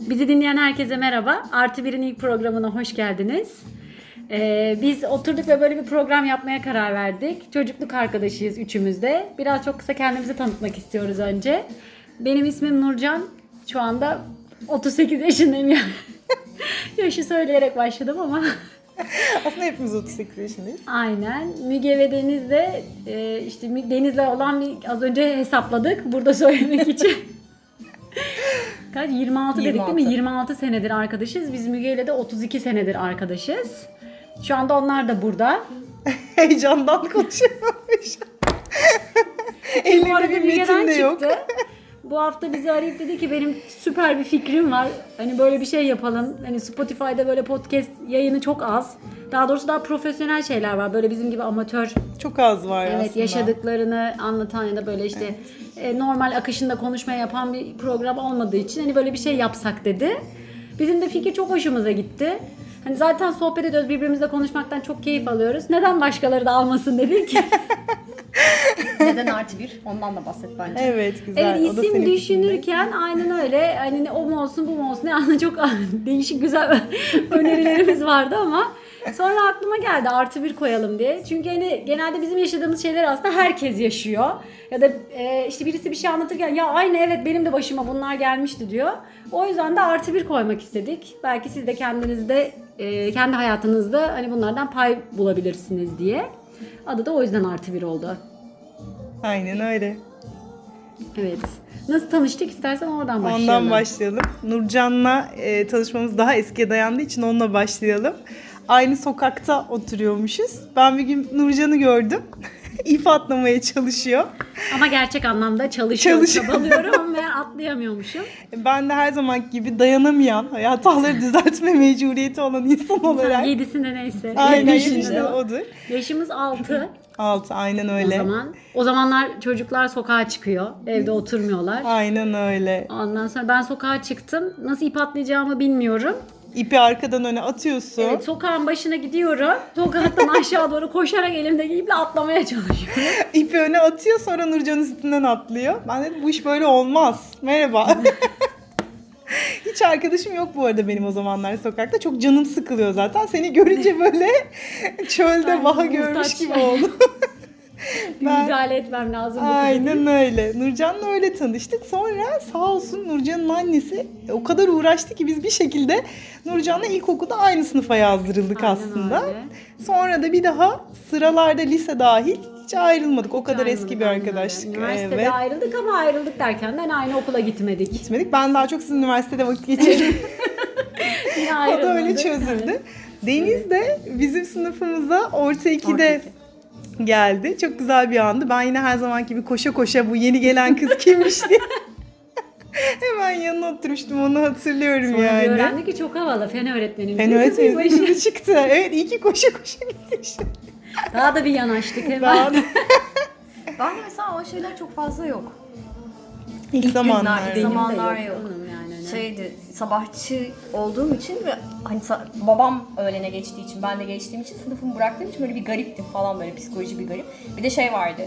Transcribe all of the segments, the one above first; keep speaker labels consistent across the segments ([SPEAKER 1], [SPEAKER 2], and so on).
[SPEAKER 1] Bizi dinleyen herkese merhaba. Artı Bir'in ilk programına hoş geldiniz. Biz oturduk ve böyle bir program yapmaya karar verdik. Çocukluk arkadaşıyız üçümüz de. Biraz çok kısa kendimizi tanıtmak istiyoruz önce. Benim ismim Nurcan. Şu anda 38 yaşındayım yani. Yaşı söyleyerek başladım ama.
[SPEAKER 2] Aslında hepimiz 38 yaşındayız.
[SPEAKER 1] Aynen. Müge ve Deniz de işte Deniz'le olan az önce hesapladık. Burada söylemek için. Kaç? 26 dedik değil mi? 26 senedir arkadaşız. Biz Müge'yle de 32 senedir arkadaşız. Şu anda onlar da burada.
[SPEAKER 2] Heyecandan konuşamamış.
[SPEAKER 1] Bu arada Müge'den çıktı. Bu hafta bizi arayıp dedi ki benim süper bir fikrim var. Hani böyle bir şey yapalım. Hani Spotify'da böyle podcast yayını çok az. Daha doğrusu daha profesyonel şeyler var. Böyle bizim gibi amatör.
[SPEAKER 2] Çok az var aslında.
[SPEAKER 1] Evet, yaşadıklarını anlatan ya da böyle işte normal akışında konuşma yapan bir program olmadığı için hani böyle bir şey yapsak dedi. Bizim de fikir çok hoşumuza gitti. Hani zaten sohbet ediyoruz, birbirimizle konuşmaktan çok keyif alıyoruz. Neden başkaları da almasın dedik.
[SPEAKER 3] Neden artı bir? Ondan da bahset bence.
[SPEAKER 2] Evet, güzel.
[SPEAKER 1] Evet, isim düşünürken aynen öyle. Hani o mu olsun bu mu olsun yani çok değişik güzel önerilerimiz vardı ama sonra aklıma geldi artı bir koyalım diye. Çünkü hani genelde bizim yaşadığımız şeyler aslında herkes yaşıyor. Ya da işte birisi bir şey anlatırken ya aynı evet benim de başıma bunlar gelmişti diyor. O yüzden de artı bir koymak istedik. Belki siz de kendinizde kendi hayatınızda hani bunlardan pay bulabilirsiniz diye. Adı da o yüzden artı bir oldu.
[SPEAKER 2] Aynen öyle.
[SPEAKER 1] Evet. Nasıl tanıştık istersen oradan başlayalım.
[SPEAKER 2] Ondan başlayalım. Nurcan'la tanışmamız daha eskiye dayandığı için onunla başlayalım. Aynı sokakta oturuyormuşuz. Ben bir gün Nurcan'ı gördüm. İp atlamaya çalışıyor.
[SPEAKER 1] Ama gerçek anlamda çabalıyorum ama ben atlayamıyormuşum.
[SPEAKER 2] Ben de her zaman gibi dayanamayan, hataları düzeltme mecburiyeti olan insan olarak.
[SPEAKER 1] 7'sinde neyse.
[SPEAKER 2] Aynen
[SPEAKER 1] 7'sinde
[SPEAKER 2] işte odur.
[SPEAKER 1] Yaşımız 6.
[SPEAKER 2] 6 aynen öyle.
[SPEAKER 1] O zamanlar çocuklar sokağa çıkıyor. Evde oturmuyorlar.
[SPEAKER 2] Aynen öyle.
[SPEAKER 1] Ondan sonra ben sokağa çıktım. Nasıl ip atlayacağımı bilmiyorum.
[SPEAKER 2] İpi arkadan öne atıyorsun.
[SPEAKER 1] Evet, sokağın başına gidiyorum. Sokaktan aşağı doğru koşarak elimdeki iple atlamaya çalışıyorum.
[SPEAKER 2] İpi öne atıyor, sonra Nurcan'ın üstünden atlıyor. Ben dedim bu iş böyle olmaz. Merhaba. Hiç arkadaşım yok bu arada benim o zamanlar sokakta. Çok canım sıkılıyor zaten. Seni görünce böyle çölde vaha görmüş gibi oldum.
[SPEAKER 1] Müdahale etmem lazım.
[SPEAKER 2] Aynen öyle. Nurcan'la öyle tanıştık. Sonra sağ olsun Nurcan'ın annesi o kadar uğraştı ki biz bir şekilde Nurcan'la ilkokulda aynı sınıfa yazdırıldık aslında. Öyle. Sonra da bir daha sıralarda lise dahil hiç ayrılmadık. O kadar eski bir arkadaşlık.
[SPEAKER 1] Üniversitede ayrıldık ama ayrıldık derken de aynı okula gitmedik.
[SPEAKER 2] Ben daha çok sizin üniversitede vakit geçirdim. O da öyle çözüldü.
[SPEAKER 1] Evet.
[SPEAKER 2] Deniz de bizim sınıfımıza orta 2'de geldi. Çok güzel bir andı. Ben yine her zamanki gibi koşa koşa bu yeni gelen kız kimmiş diye hemen yanına oturmuştum. Onu hatırlıyorum
[SPEAKER 1] sonra
[SPEAKER 2] yani.
[SPEAKER 1] Sonra öğrendik ki çok havalı. Fen öğretmenimiz.
[SPEAKER 2] Fen öğretmenimiz şimdi çıktı. Evet, iyi ki koşa koşa gitmiş.
[SPEAKER 1] Daha da bir yanaştık hemen.
[SPEAKER 3] Ben de mesela o şeyler çok fazla yok.
[SPEAKER 2] İlk zamanlar.
[SPEAKER 3] Zamanlar yok.
[SPEAKER 1] Yani.
[SPEAKER 3] Şeydi, sabahçı olduğum için ve hani babam öğlene geçtiği için, ben de geçtiğim için sınıfımı bıraktığım için böyle bir gariptim falan, böyle psikoloji bir garip. Bir de şey vardı.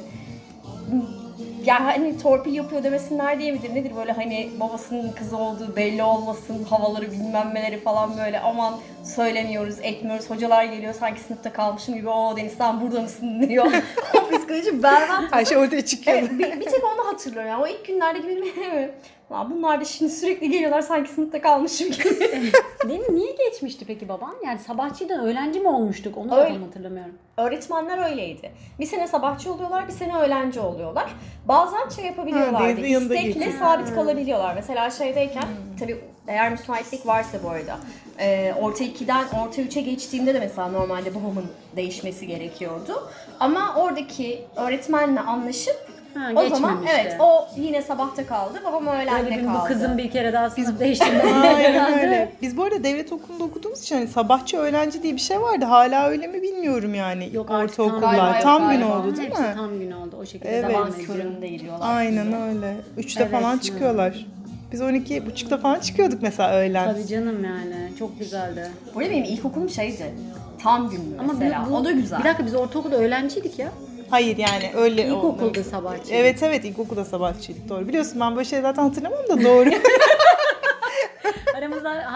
[SPEAKER 3] Yani hani torpil yapıyor demesinler diye midir nedir, böyle hani babasının kızı olduğu belli olmasın havaları bilmem neleri falan, böyle aman söylemiyoruz etmiyoruz, hocalar geliyor sanki sınıfta kalmışım gibi, o Deniz sen burada mısın diyor. O psikoloji berbat.
[SPEAKER 2] Her şey ortaya çıkıyor.
[SPEAKER 3] Evet, bir tek onu hatırlıyorum yani o ilk günlerdeki benim bunlar da şimdi sürekli geliyorlar sanki sınıfta kalmışım gibi.
[SPEAKER 1] Değil mi? Niye geçmişti peki baban? Yani sabahçıydan öğlenci mi olmuştuk? Onu da tam hatırlamıyorum.
[SPEAKER 3] Öğretmenler öyleydi. Bir sene sabahçı oluyorlar, bir sene öğlenci oluyorlar. Bazen şey yapabiliyorlardı. İstekle sabit kalabiliyorlar. Mesela şeydeyken, tabii eğer müsaitlik varsa bu arada. Orta 2'den orta 3'e geçtiğimde de mesela normalde babamın değişmesi gerekiyordu. Ama oradaki öğretmenle anlaşıp o zaman evet o yine sabahta kaldı. Babam öğlende kaldı.
[SPEAKER 1] Bu kızım bir kere daha sınıf değiştiğinde.
[SPEAKER 2] Aynen öyle. Biz bu arada devlet okulunda okuduğumuz için hani sabahçı öğlenci diye bir şey vardı. Hala öyle mi bilmiyorum yani.
[SPEAKER 1] Yok,
[SPEAKER 2] ortaokullar. Tam gün oldu değil mi?
[SPEAKER 1] Tam gün oldu o şekilde.
[SPEAKER 2] Evet.
[SPEAKER 3] Sabah köründe gidiyorlar.
[SPEAKER 2] Aynen öyle. 3'te falan çıkıyorlar. Biz 12.30'da falan çıkıyorduk mesela öğlen.
[SPEAKER 1] Tabii canım yani. Çok güzeldi.
[SPEAKER 3] Bu arada benim ilkokulum şeydi. Tam gün mesela. O da güzel.
[SPEAKER 1] Bir dakika, biz ortaokulda öğlenciydik ya.
[SPEAKER 2] Hayır yani öyle.
[SPEAKER 1] İlkokulda sabahçıydık.
[SPEAKER 2] Evet ilkokulda sabahçıydık, doğru. Biliyorsun ben böyle şeyler zaten hatırlamam da doğru.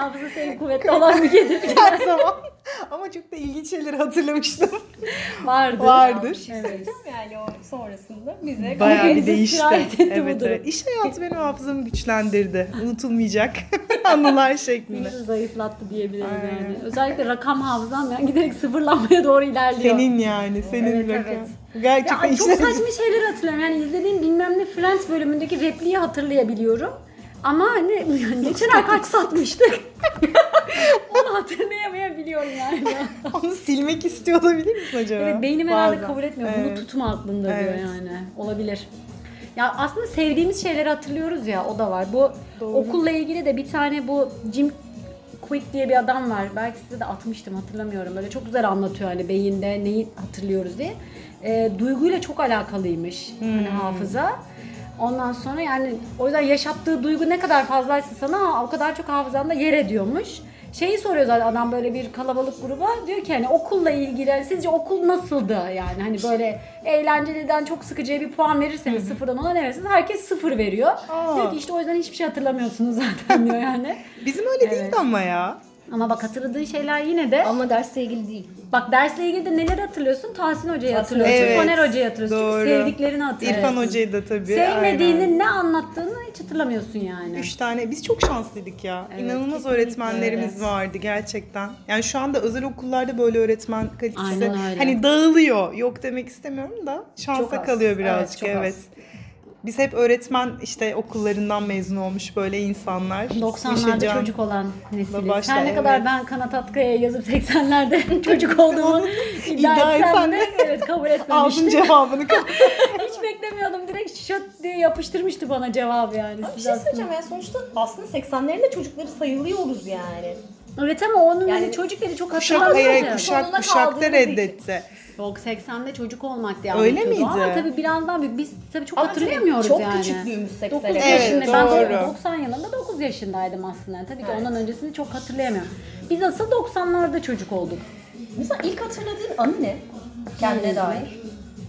[SPEAKER 1] hafızası en kuvvetli olan bir kedi.
[SPEAKER 2] Her zaman. Ama çok da ilginç şeyleri hatırlamıştım.
[SPEAKER 1] Vardır.
[SPEAKER 3] Evet. Yani o sonrasında bize
[SPEAKER 2] Bayağı bir
[SPEAKER 1] bizi
[SPEAKER 2] değişti.
[SPEAKER 1] sirayet etti bu
[SPEAKER 2] Evet,
[SPEAKER 1] durum.
[SPEAKER 2] evet. İş hayatı benim hafızamı güçlendirdi. Unutulmayacak anılar şeklinde.
[SPEAKER 1] Bizi zayıflattı diyebiliriz
[SPEAKER 2] Aynen.
[SPEAKER 1] yani. Özellikle rakam hafızam yani giderek sıfırlanmaya doğru ilerliyor.
[SPEAKER 2] Senin yani. Senin
[SPEAKER 1] Evet,
[SPEAKER 2] rakam.
[SPEAKER 1] evet.
[SPEAKER 2] Gerçekten
[SPEAKER 1] Ya, çok
[SPEAKER 2] işler-
[SPEAKER 1] saçma şeyleri hatırlıyorum. Yani izlediğim bilmem ne Friends bölümündeki repliği hatırlayabiliyorum. Ama hani geçen ay kaç satmıştık? Onu hatırlayamayabiliyorum yani.
[SPEAKER 2] Onu silmek istiyor olabilir misin acaba?
[SPEAKER 1] Evet, beynim herhalde
[SPEAKER 2] Bazen.
[SPEAKER 1] kabul etmiyor.
[SPEAKER 2] Evet.
[SPEAKER 1] Bunu tutma aklında diyor
[SPEAKER 2] Evet.
[SPEAKER 1] yani. Olabilir. Ya aslında sevdiğimiz şeyleri hatırlıyoruz ya, o da var. Bu
[SPEAKER 2] Doğru.
[SPEAKER 1] okulla ilgili de bir tane bu Jim Quick diye bir adam var. Belki size de atmıştım, hatırlamıyorum. Böyle çok güzel anlatıyor hani beyinde neyi hatırlıyoruz diye. Duyguyla çok alakalıymış hani hafıza. Ondan sonra yani o yüzden yaşattığı duygu ne kadar fazlaysa sana o kadar çok hafızanda yer ediyormuş. Şeyi soruyor zaten adam böyle bir kalabalık gruba, diyor ki hani okulla ilgili sizce okul nasıldı, yani hani böyle eğlenceliden çok sıkıcıya bir puan verirseniz sıfırdan ona ne verirsiniz, herkes sıfır veriyor.
[SPEAKER 2] Aa.
[SPEAKER 1] Diyor ki işte o yüzden hiçbir şey hatırlamıyorsunuz zaten diyor yani.
[SPEAKER 2] Bizim öyle değildi ama ya.
[SPEAKER 1] Ama bak hatırladığın şeyler yine de,
[SPEAKER 3] Ama dersle ilgili değil.
[SPEAKER 1] bak dersle ilgili de neler hatırlıyorsun? Tahsin Hoca'yı
[SPEAKER 3] Tahsin
[SPEAKER 1] hatırlıyorsun,
[SPEAKER 2] Evet,
[SPEAKER 1] Soner Hoca'yı hatırlıyorsun.
[SPEAKER 2] doğru.
[SPEAKER 1] Çünkü sevdiklerini hatırlıyorsun.
[SPEAKER 2] İrfan Hoca'yı da tabii.
[SPEAKER 1] Sevmediğini,
[SPEAKER 2] aynen.
[SPEAKER 1] ne anlattığını hiç hatırlamıyorsun yani.
[SPEAKER 2] 3 tane. Biz çok şanslıydık ya.
[SPEAKER 1] Evet,
[SPEAKER 2] İnanılmaz
[SPEAKER 1] kesinlikle
[SPEAKER 2] öğretmenlerimiz
[SPEAKER 1] öyle.
[SPEAKER 2] vardı gerçekten. Yani şu anda özel okullarda böyle öğretmen kalitesi
[SPEAKER 1] Aynen öyle.
[SPEAKER 2] hani dağılıyor. Yok demek istemiyorum da şansa
[SPEAKER 3] Çok az.
[SPEAKER 2] kalıyor birazcık.
[SPEAKER 3] Evet, çok
[SPEAKER 2] Evet.
[SPEAKER 3] az.
[SPEAKER 2] Biz hep öğretmen işte okullarından mezun olmuş böyle insanlar.
[SPEAKER 1] 90'larda
[SPEAKER 2] Yaşayan-
[SPEAKER 1] çocuk olan nesiliz.
[SPEAKER 2] Başta,
[SPEAKER 1] Her ne
[SPEAKER 2] evet.
[SPEAKER 1] kadar ben Kanat Atkı'ya yazıp 80'lerde çocuk olduğumu iddia
[SPEAKER 2] iddia
[SPEAKER 1] etsem
[SPEAKER 2] etsen
[SPEAKER 1] de
[SPEAKER 2] de
[SPEAKER 1] evet kabul
[SPEAKER 2] Aldın
[SPEAKER 1] etmemiştim.
[SPEAKER 2] cevabını.
[SPEAKER 1] Hiç beklemiyordum. Direkt şat diye yapıştırmıştı bana cevabı yani.
[SPEAKER 3] Ama bir
[SPEAKER 1] Siz
[SPEAKER 3] şey
[SPEAKER 1] aslında-
[SPEAKER 3] söyleyeceğim ya, sonuçta aslında 80'lerin çocukları sayılıyoruz yani.
[SPEAKER 1] Evet ama onun
[SPEAKER 3] Yani
[SPEAKER 1] hani çocuk dedi çok
[SPEAKER 2] Kuşak,
[SPEAKER 1] hatırlamıyorum.
[SPEAKER 2] hayır,
[SPEAKER 1] yani.
[SPEAKER 2] kuşak,
[SPEAKER 3] Sonuna
[SPEAKER 2] kuşakta
[SPEAKER 3] kaldığımız
[SPEAKER 2] reddetti.
[SPEAKER 1] Yok 80'de çocuk olmak diye
[SPEAKER 2] Öyle
[SPEAKER 1] anlatıyordu. Ama
[SPEAKER 2] miydi?
[SPEAKER 1] tabii biraz daha büyük. Biz tabii çok
[SPEAKER 3] Ama
[SPEAKER 1] hatırlayamıyoruz
[SPEAKER 3] çok
[SPEAKER 1] yani.
[SPEAKER 3] küçüklüğümüz
[SPEAKER 1] 9
[SPEAKER 3] 80'lere.
[SPEAKER 2] Evet,
[SPEAKER 1] yaşında. Ben
[SPEAKER 2] doğru.
[SPEAKER 1] 90 yılında 9 yaşındaydım aslında. Tabii ki
[SPEAKER 3] Evet.
[SPEAKER 1] ondan öncesini çok hatırlayamıyorum. Biz asıl 90'larda çocuk olduk.
[SPEAKER 3] Mesela ilk hatırladığın anı ne? Kendine
[SPEAKER 1] Hmm.
[SPEAKER 3] dair.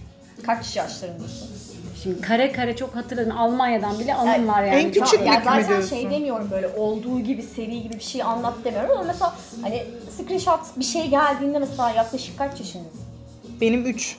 [SPEAKER 3] Kaç yaşlarındasın?
[SPEAKER 1] Şimdi kare kare çok hatırladım. Almanya'dan bile anım
[SPEAKER 3] Yani
[SPEAKER 1] var yani.
[SPEAKER 2] en
[SPEAKER 1] Çok-
[SPEAKER 2] küçük
[SPEAKER 3] Ya
[SPEAKER 2] mi
[SPEAKER 3] zaten
[SPEAKER 2] diyorsun?
[SPEAKER 3] şey demiyorum, böyle olduğu gibi seri gibi bir şey anlat demiyorum ama mesela hani screenshot bir şey geldiğinde mesela yaklaşık kaç yaşındasın?
[SPEAKER 2] Benim 3.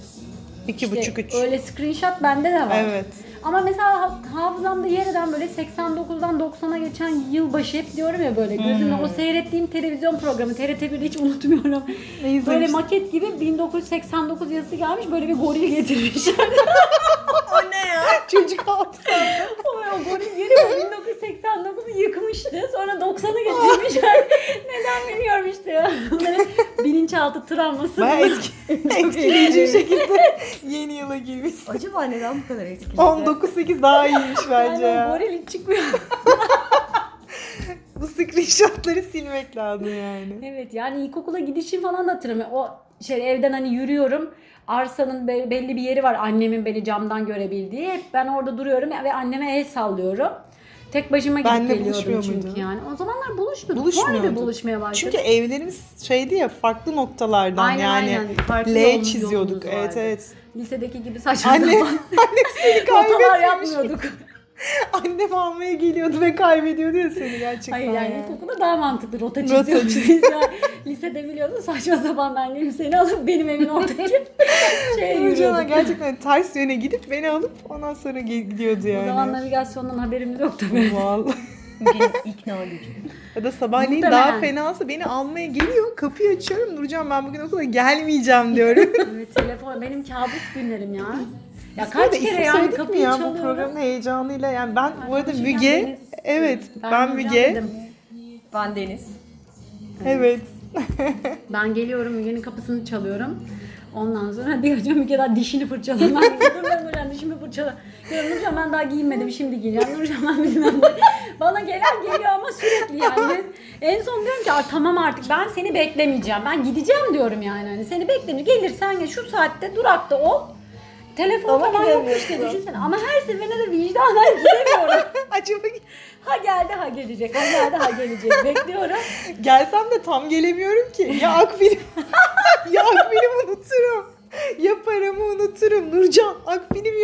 [SPEAKER 1] İşte
[SPEAKER 2] 2,5-3.
[SPEAKER 1] öyle screenshot bende de var.
[SPEAKER 2] Evet.
[SPEAKER 1] Ama mesela hafızamda yer eden böyle 89'dan 90'a geçen yılbaşı hep diyorum ya böyle gözümle o seyrettiğim televizyon programı TRT1'de hiç unutmuyorum.
[SPEAKER 2] Ne izlemiştin?
[SPEAKER 1] Böyle maket gibi 1989 yazısı gelmiş, böyle bir goril getirmiş.
[SPEAKER 3] O ne ya?
[SPEAKER 2] Çocuk hafızam.
[SPEAKER 1] O goril geri 1989'u yıkmıştı. Sonra 90'ı getirmişler. Neden bilmiyorum işte ya. Bunların bilinçaltı travması.
[SPEAKER 2] Bayağı etkileyici bir şekilde yeni yıla girmiş.
[SPEAKER 3] Acaba neden bu kadar etkili?
[SPEAKER 2] 19-8 daha iyiymiş bence
[SPEAKER 1] Yani o
[SPEAKER 2] ya.
[SPEAKER 1] goril hiç çıkmıyor.
[SPEAKER 2] Bu screenshotları silmek lazım yani.
[SPEAKER 1] Evet yani ilkokula gidişim falan da hatırlamıyorum. O evden hani yürüyorum. Arsanın belli bir yeri var annemin beni camdan görebildiği. Hep ben orada duruyorum ve anneme el sallıyorum. Tek başıma gidip
[SPEAKER 2] Benle
[SPEAKER 1] geliyordum
[SPEAKER 2] buluşmuyor
[SPEAKER 1] çünkü
[SPEAKER 2] muydun?
[SPEAKER 1] yani. O zamanlar buluşmuyorduk. Sonra bir
[SPEAKER 2] Buluşmuyorduk.
[SPEAKER 1] buluşmaya başladık.
[SPEAKER 2] Çünkü evlerimiz şeydi ya, farklı noktalardan
[SPEAKER 1] Aynen,
[SPEAKER 2] yani.
[SPEAKER 1] aynen. Farklı
[SPEAKER 2] L
[SPEAKER 1] yolumuz
[SPEAKER 2] çiziyorduk. Evet
[SPEAKER 1] vardı.
[SPEAKER 2] evet.
[SPEAKER 1] Lisedeki gibi saçma
[SPEAKER 2] Anne,
[SPEAKER 1] sapan
[SPEAKER 2] annem seni
[SPEAKER 1] fotolar
[SPEAKER 2] kaybetmemiş.
[SPEAKER 1] yapmıyorduk.
[SPEAKER 2] Annem almaya geliyordu ve kaybediyordu ya seni gerçekten.
[SPEAKER 1] Hayır yani
[SPEAKER 2] ya.
[SPEAKER 1] ilkokulda daha mantıklı rota
[SPEAKER 2] Rota
[SPEAKER 1] çiziyoruz. Lisede biliyorsun saçma sapan, ben gelip seni alıp benim evimin oradaki şeye
[SPEAKER 2] Nurcan'a
[SPEAKER 1] yürüyorduk.
[SPEAKER 2] gerçekten ters yöne gidip beni alıp ondan sonra gidiyordu yani.
[SPEAKER 1] O zaman navigasyondan haberimiz yok tabii.
[SPEAKER 2] Vallahi.
[SPEAKER 3] Bugün ikna gücü.
[SPEAKER 2] Ya da sabahleyin
[SPEAKER 1] Muhtemelen.
[SPEAKER 2] daha fenası beni almaya geliyor. Kapıyı açıyorum. Nurcan ben bugün okula gelmeyeceğim diyorum.
[SPEAKER 1] Evet, telefon benim kabus günlerim ya. Ya
[SPEAKER 2] Biz
[SPEAKER 1] kaç
[SPEAKER 2] burada
[SPEAKER 1] kere
[SPEAKER 2] isim
[SPEAKER 1] yani
[SPEAKER 2] söyledik mi
[SPEAKER 1] kapıyı
[SPEAKER 2] ya bu
[SPEAKER 1] çalıyorum.
[SPEAKER 2] programın heyecanıyla. Yani ben bu arada
[SPEAKER 1] konuşurken
[SPEAKER 2] Müge.
[SPEAKER 1] Deniz-
[SPEAKER 2] Evet ben
[SPEAKER 1] Nurcan
[SPEAKER 2] Müge.
[SPEAKER 1] dedim.
[SPEAKER 3] Ben Deniz.
[SPEAKER 2] Evet.
[SPEAKER 1] Ben geliyorum, Müge'nin kapısını çalıyorum. Ondan sonra bir hocam Müge daha dişini fırçalıyor. Ben dur ben Nurcan dişimi fırçala. Diyorum Nurcan ben daha giyinmedim, şimdi giyeceğim. Nurcan ben bilmem ne. Bana gelen geliyor ama sürekli yani. En son diyorum ki tamam artık ben seni beklemeyeceğim. Ben gideceğim diyorum yani. Hani seni beklemeyeceğim. Gelirsen ya şu saatte durakta ol. Telefon
[SPEAKER 3] Ama
[SPEAKER 1] falan yok işte,
[SPEAKER 3] gidemiyorsun.
[SPEAKER 1] düşünsene. Ama her seferinde de vicdanen gidemiyorum.
[SPEAKER 2] Acaba
[SPEAKER 1] Ha geldi ha gelecek, ha geldi ha gelecek. Bekliyorum.
[SPEAKER 2] gelsem de tam gelemiyorum ki. Ya akbilim. Ya akbilimi unuturum. Ya paramı unuturum. Nurcan akbilim yok.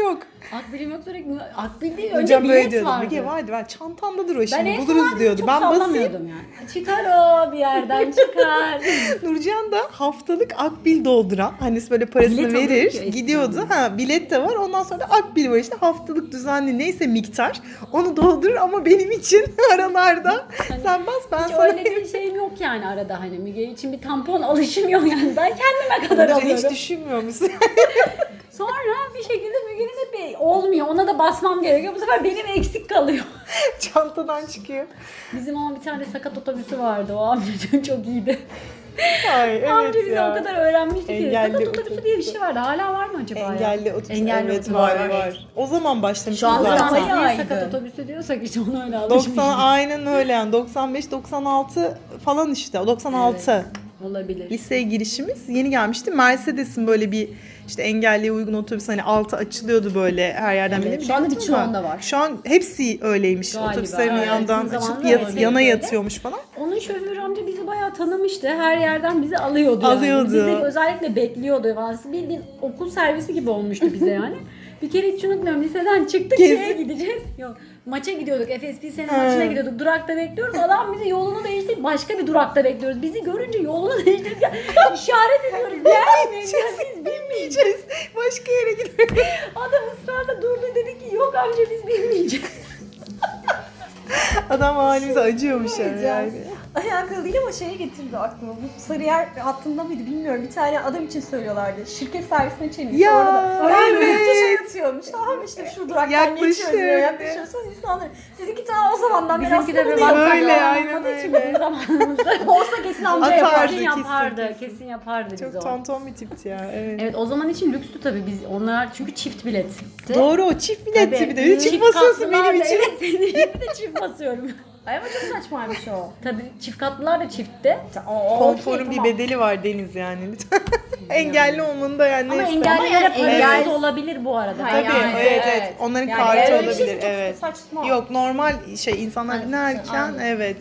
[SPEAKER 1] Akbilim yok sürekli. Akbil değil.
[SPEAKER 2] Nurcan
[SPEAKER 1] Önce
[SPEAKER 2] böyle
[SPEAKER 1] bilet
[SPEAKER 2] diyordu.
[SPEAKER 1] vardı.
[SPEAKER 2] Müge vardı var. Çantandadır o
[SPEAKER 1] Ben
[SPEAKER 2] şimdi
[SPEAKER 1] en son
[SPEAKER 2] buluruz
[SPEAKER 1] halde
[SPEAKER 2] diyordu.
[SPEAKER 1] çok
[SPEAKER 2] Ben basayım.
[SPEAKER 1] sallamıyordum yani. Çıkar o bir yerden çıkar.
[SPEAKER 2] Nurcan da haftalık akbil dolduran. Hani böyle parasını
[SPEAKER 1] Bilet alıyorduk ya
[SPEAKER 2] verir.
[SPEAKER 1] eskiden.
[SPEAKER 2] Gidiyordu. Ha bilet de var. Ondan sonra akbil var işte. Haftalık düzenli neyse miktar. Onu doldurur ama benim için aralarda sen bas ben
[SPEAKER 1] Hiç
[SPEAKER 2] sana.
[SPEAKER 1] öyle bir şeyim yok yani arada hani Müge için bir tampon alışım yok yani. Ben kendime kadar
[SPEAKER 2] Nurcan hiç
[SPEAKER 1] alıyorum.
[SPEAKER 2] düşünmüyor musun?
[SPEAKER 1] Sonra bir şekilde Müge'nin de bir olmuyor. Ona da basmam gerekiyor. Bu sefer benim eksik kalıyor.
[SPEAKER 2] Çantadan çıkıyor.
[SPEAKER 1] Bizim ama bir tane sakat otobüsü vardı. O amca çok iyiydi.
[SPEAKER 2] Ay evet
[SPEAKER 1] Amca bize
[SPEAKER 2] ya.
[SPEAKER 1] o kadar öğrenmişti ki.
[SPEAKER 2] Engelli
[SPEAKER 1] Sakat otobüsü diye bir şey vardı. Hala var mı acaba ya?
[SPEAKER 2] Engelli otobüs.
[SPEAKER 1] Engelli
[SPEAKER 2] evet
[SPEAKER 1] otobüs,
[SPEAKER 2] var
[SPEAKER 1] evet.
[SPEAKER 2] var. O zaman başlamış
[SPEAKER 3] Şu an
[SPEAKER 2] zaten.
[SPEAKER 3] zaten-
[SPEAKER 1] Ama niye
[SPEAKER 3] Bayağıydı.
[SPEAKER 1] sakat otobüsü diyorsak işte onu öyle
[SPEAKER 2] 90
[SPEAKER 1] alışmışız.
[SPEAKER 2] aynen öyle yani 95-96 falan işte 96
[SPEAKER 1] Olabilir.
[SPEAKER 2] liseye girişimiz yeni gelmişti. Mercedes'in böyle bir işte engelliye uygun otobüs hani altı açılıyordu böyle her yerden
[SPEAKER 1] Evet,
[SPEAKER 2] bile.
[SPEAKER 3] şu anda
[SPEAKER 2] Bilmiyorum
[SPEAKER 3] birçoğunda
[SPEAKER 2] ama
[SPEAKER 3] var.
[SPEAKER 2] Şu an hepsi öyleymiş.
[SPEAKER 1] Galiba,
[SPEAKER 2] Otobüslerin
[SPEAKER 1] evet.
[SPEAKER 2] yandan
[SPEAKER 1] Bizim
[SPEAKER 2] açıp
[SPEAKER 1] zamanında öyleydi.
[SPEAKER 2] yana yatıyormuş falan.
[SPEAKER 1] Onun şoförü amca bizi bayağı tanımıştı. Her yerden bizi alıyordu yani.
[SPEAKER 2] Alıyordu.
[SPEAKER 1] Bizi özellikle bekliyordu. Yani bildiğin okul servisi gibi olmuştu bize yani. Bir kere hiç unutmuyorum liseden çıktık şeye gideceğiz. Yok maça gidiyorduk. Efes Pilsen'in maçına gidiyorduk. Durakta bekliyoruz. Adam bizi yolunu değiştirip başka bir durakta bekliyoruz. Bizi görünce yolunu değiştirip işaret ediyoruz. Gelmeyin. Biz binmeyeceğiz.
[SPEAKER 2] Başka yere gidiyoruz.
[SPEAKER 1] Adam ısrarla durdu dedi ki yok amca biz binmeyeceğiz.
[SPEAKER 2] Adam halimize acıyormuş yani.
[SPEAKER 3] Alakalı değil ama şeye getirdi aklıma. Bu Sarıyer hattında mıydı bilmiyorum. Bir tane adam için söylüyorlardı. Şirket servisine çevirmiş.
[SPEAKER 2] Ya,
[SPEAKER 3] Orada
[SPEAKER 2] evet.
[SPEAKER 3] şey atıyormuş. Tamam işte şu duraktan
[SPEAKER 2] Yaklaşık.
[SPEAKER 3] geçiyoruz diyor. Yaklaşıyoruz. Sonra insanlar. Sizinki ta o zamandan beri
[SPEAKER 1] Bizimki de
[SPEAKER 3] aslında
[SPEAKER 1] bir
[SPEAKER 3] bunu
[SPEAKER 2] Öyle,
[SPEAKER 3] yapıyor.
[SPEAKER 2] aynen
[SPEAKER 1] Olmadığı için
[SPEAKER 2] öyle.
[SPEAKER 1] bizim zamanımızda.
[SPEAKER 3] Olsa kesin amca
[SPEAKER 2] Atardı.
[SPEAKER 3] yapar.
[SPEAKER 1] Kesin
[SPEAKER 2] kesin,
[SPEAKER 1] yapardı.
[SPEAKER 2] kesin.
[SPEAKER 1] Kesin yapardı bize
[SPEAKER 2] Çok
[SPEAKER 1] o.
[SPEAKER 2] tonton bir tipti ya. Evet.
[SPEAKER 1] Evet o zaman için lükstü tabii biz onlar çünkü çift biletti.
[SPEAKER 2] Doğru o çift biletti
[SPEAKER 1] Tabii,
[SPEAKER 2] bir de. Çift basıyorsun
[SPEAKER 1] katlılar
[SPEAKER 2] benim
[SPEAKER 3] şey
[SPEAKER 1] da-
[SPEAKER 2] için.
[SPEAKER 1] Evet senin gibi de çift basıyorum.
[SPEAKER 3] Ay ama çok saçmaymış o.
[SPEAKER 1] Tabii çift katlılar da çiftti.
[SPEAKER 2] Konforun bir bedeli var Deniz yani lütfen. Engelli olmanın da yani
[SPEAKER 1] Ama
[SPEAKER 2] neyse.
[SPEAKER 1] engellilere
[SPEAKER 3] yani
[SPEAKER 1] parasız
[SPEAKER 2] engelsiz
[SPEAKER 1] olabilir bu arada.
[SPEAKER 3] Hayır,
[SPEAKER 2] Tabii
[SPEAKER 3] yani,
[SPEAKER 2] evet,
[SPEAKER 3] evet.
[SPEAKER 2] evet. Onların
[SPEAKER 3] Yani
[SPEAKER 2] kartı
[SPEAKER 3] öyle bir şey
[SPEAKER 2] olabilir
[SPEAKER 3] çok
[SPEAKER 2] evet.
[SPEAKER 3] saçma.
[SPEAKER 2] Yok normal şey insanlar
[SPEAKER 3] Aynen,
[SPEAKER 2] binerken
[SPEAKER 3] aynen.
[SPEAKER 2] evet.